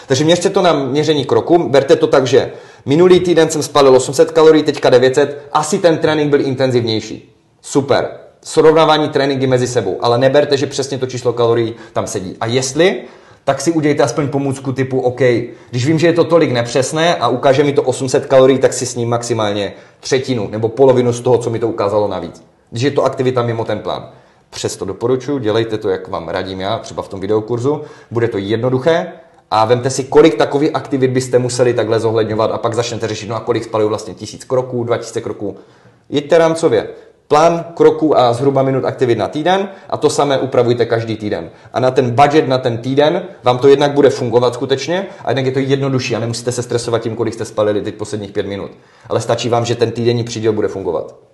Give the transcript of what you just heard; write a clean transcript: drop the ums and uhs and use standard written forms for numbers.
Takže měřte to na měření kroku, berte to tak, že minulý týden jsem spalil 800 kalorií, teďka 900, asi ten trénink byl intenzivnější. Super. Srovnávání tréninky mezi sebou, ale neberte, že přesně to číslo kalorií tam sedí. A jestli, tak si udějte aspoň pomůcku typu OK, když vím, že je to tolik nepřesné a ukáže mi to 800 kalorií, tak si s ním maximálně třetinu nebo polovinu z toho, co mi to ukázalo navíc. Když je to aktivita mimo ten plán. Přesto doporučuji, dělejte to, jak vám radím já, třeba v tom videokurzu, bude to jednoduché a vemte si, kolik takových aktivit byste museli takhle zohledňovat a pak začnete řešit, no a kolik spaluju vlastně 1000 kroků, 2000 kroků. Jeďte rámcově. Plán kroků a zhruba minut aktivit na týden a to samé upravujte každý týden. A na ten budget, na ten týden vám to jednak bude fungovat skutečně a jednak je to jednodušší a nemusíte se stresovat tím, kolik jste spalili teď posledních 5 minut. Ale stačí vám, že ten týdenní příděl bude fungovat.